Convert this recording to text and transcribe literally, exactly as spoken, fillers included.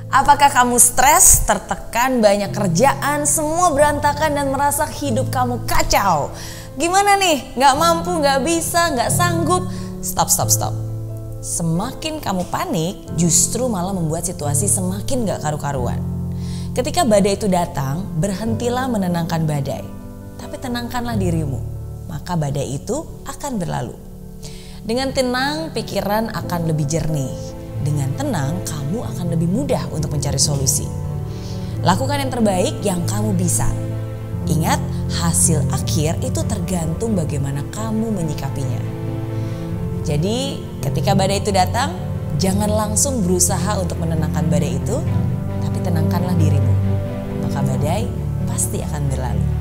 Apakah kamu stres, tertekan, banyak kerjaan, semua berantakan dan merasa hidup kamu kacau? Gimana nih? Gak mampu, gak bisa, gak sanggup? Stop, stop, stop. Semakin kamu panik, justru malah membuat situasi semakin gak karu-karuan. Ketika badai itu datang, berhentilah menenangkan badai. Tapi tenangkanlah dirimu, maka badai itu akan berlalu. Dengan tenang, pikiran akan lebih jernih. Dengan tenang, kamu akan lebih mudah untuk mencari solusi. Lakukan yang terbaik yang kamu bisa. Ingat, hasil akhir itu tergantung bagaimana kamu menyikapinya. Jadi, ketika badai itu datang, jangan langsung berusaha untuk menenangkan badai itu, tapi tenangkanlah dirimu. Maka badai pasti akan berlalu.